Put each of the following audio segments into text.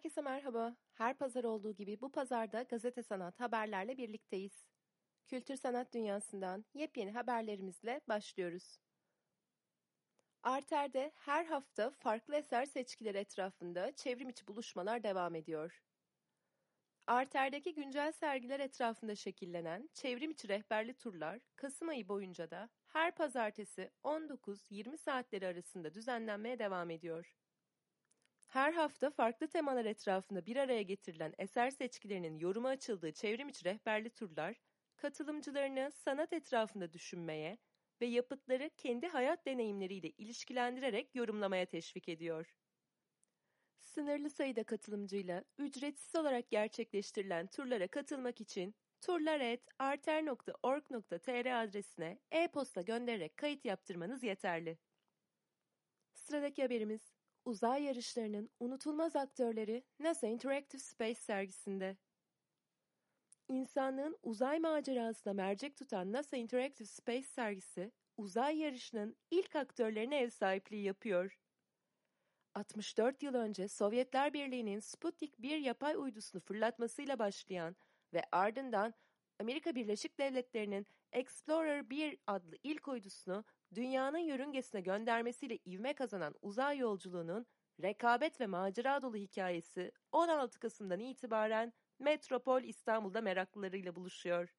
Herkese merhaba. Her pazar olduğu gibi bu pazarda gazete sanat haberlerle birlikteyiz. Kültür sanat dünyasından yepyeni haberlerimizle başlıyoruz. Arter'de her hafta farklı eser seçkileri etrafında çevrimiçi buluşmalar devam ediyor. Arter'deki güncel sergiler etrafında şekillenen çevrimiçi rehberli turlar Kasım ayı boyunca da her pazartesi 19-20 saatleri arasında düzenlenmeye devam ediyor. Her hafta farklı temalar etrafında bir araya getirilen eser seçkilerinin yoruma açıldığı çevrimiçi rehberli turlar, katılımcılarını sanat etrafında düşünmeye ve yapıtları kendi hayat deneyimleriyle ilişkilendirerek yorumlamaya teşvik ediyor. Sınırlı sayıda katılımcıyla ücretsiz olarak gerçekleştirilen turlara katılmak için turlar@arter.org.tr adresine e-posta göndererek kayıt yaptırmanız yeterli. Sıradaki haberimiz, uzay yarışlarının unutulmaz aktörleri NASA Interactive Space sergisinde. İnsanlığın uzay macerasına mercek tutan NASA Interactive Space sergisi, uzay yarışının ilk aktörlerine ev sahipliği yapıyor. 64 yıl önce Sovyetler Birliği'nin Sputnik 1 yapay uydusunu fırlatmasıyla başlayan ve ardından Amerika Birleşik Devletleri'nin Explorer 1 adlı ilk uydusunu dünyanın yörüngesine göndermesiyle ivme kazanan uzay yolculuğunun rekabet ve macera dolu hikayesi 16 Kasım'dan itibaren Metropol İstanbul'da meraklılarıyla buluşuyor.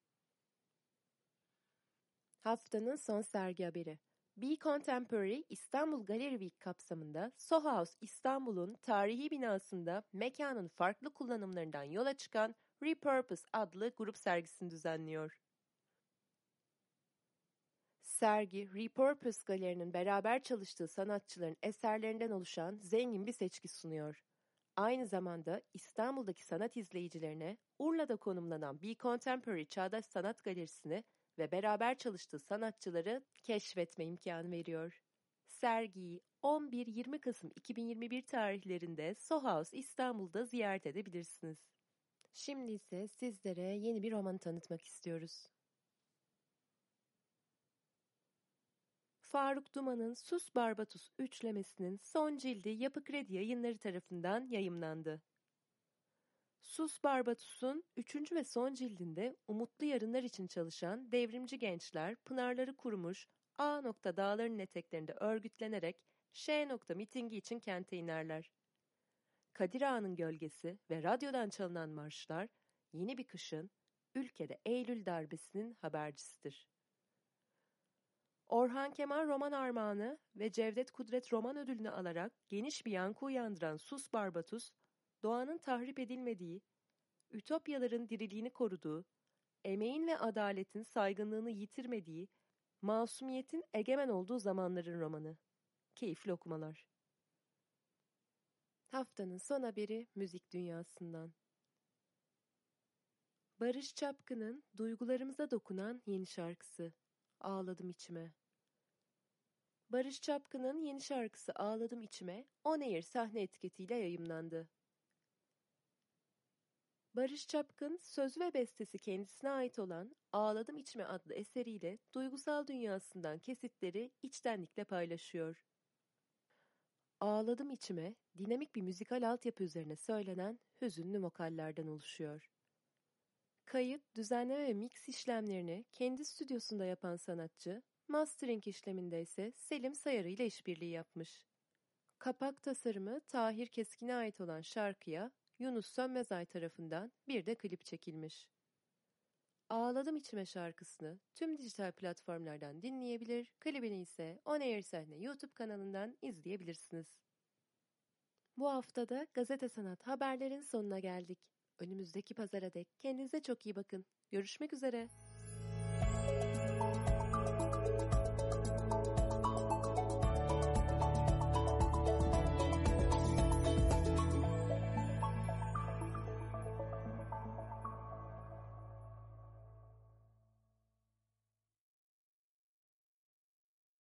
Haftanın son sergi haberi. Be Contemporary İstanbul Gallery Week kapsamında Soho House İstanbul'un tarihi binasında mekanın farklı kullanımlarından yola çıkan Repurpose adlı grup sergisini düzenliyor. Sergi, Repurpose Galeri'nin beraber çalıştığı sanatçıların eserlerinden oluşan zengin bir seçki sunuyor. Aynı zamanda İstanbul'daki sanat izleyicilerine Urla'da konumlanan Be Contemporary Çağdaş Sanat Galerisi'ni ve beraber çalıştığı sanatçıları keşfetme imkanı veriyor. Sergiyi 11-20 Kasım 2021 tarihlerinde Soho House İstanbul'da ziyaret edebilirsiniz. Şimdi ise sizlere yeni bir roman tanıtmak istiyoruz. Faruk Duman'ın Sus Barbatus üçlemesinin son cildi Yapı Kredi Yayınları tarafından yayımlandı. Sus Barbatus'un 3. ve son cildinde umutlu yarınlar için çalışan devrimci gençler pınarları kurumuş A. dağların eteklerinde örgütlenerek Ş. mitingi için kente inerler. Kadir Ağa'nın gölgesi ve radyodan çalınan marşlar yeni bir kışın, ülkede Eylül darbesinin habercisidir. Orhan Kemal Roman Armağanı ve Cevdet Kudret Roman Ödülünü alarak geniş bir yankı uyandıran Sus Barbatus, doğanın tahrip edilmediği, ütopyaların diriliğini koruduğu, emeğin ve adaletin saygınlığını yitirmediği, masumiyetin egemen olduğu zamanların romanı. Keyifli okumalar. Haftanın son haberi müzik dünyasından. Barış Çapkın'ın duygularımıza dokunan yeni şarkısı, Ağladım İçime. Barış Çapkın'ın yeni şarkısı Ağladım İçime, On Air sahne etiketiyle yayımlandı. Barış Çapkın, sözü ve bestesi kendisine ait olan Ağladım İçime adlı eseriyle duygusal dünyasından kesitleri içtenlikle paylaşıyor. Ağladım İçime, dinamik bir müzikal altyapı üzerine söylenen hüzünlü vokallerden oluşuyor. Kayıt, düzenleme ve mix işlemlerini kendi stüdyosunda yapan sanatçı, mastering işleminde ise Selim Sayarı ile işbirliği yapmış. Kapak tasarımı Tahir Keskin'e ait olan şarkıya Yunus Sönmezay tarafından bir de klip çekilmiş. Ağladım İçime şarkısını tüm dijital platformlardan dinleyebilir, klibini ise On Air Sahne YouTube kanalından izleyebilirsiniz. Bu haftada Gazete Sanat haberlerin sonuna geldik. Önümüzdeki pazara dek kendinize çok iyi bakın. Görüşmek üzere.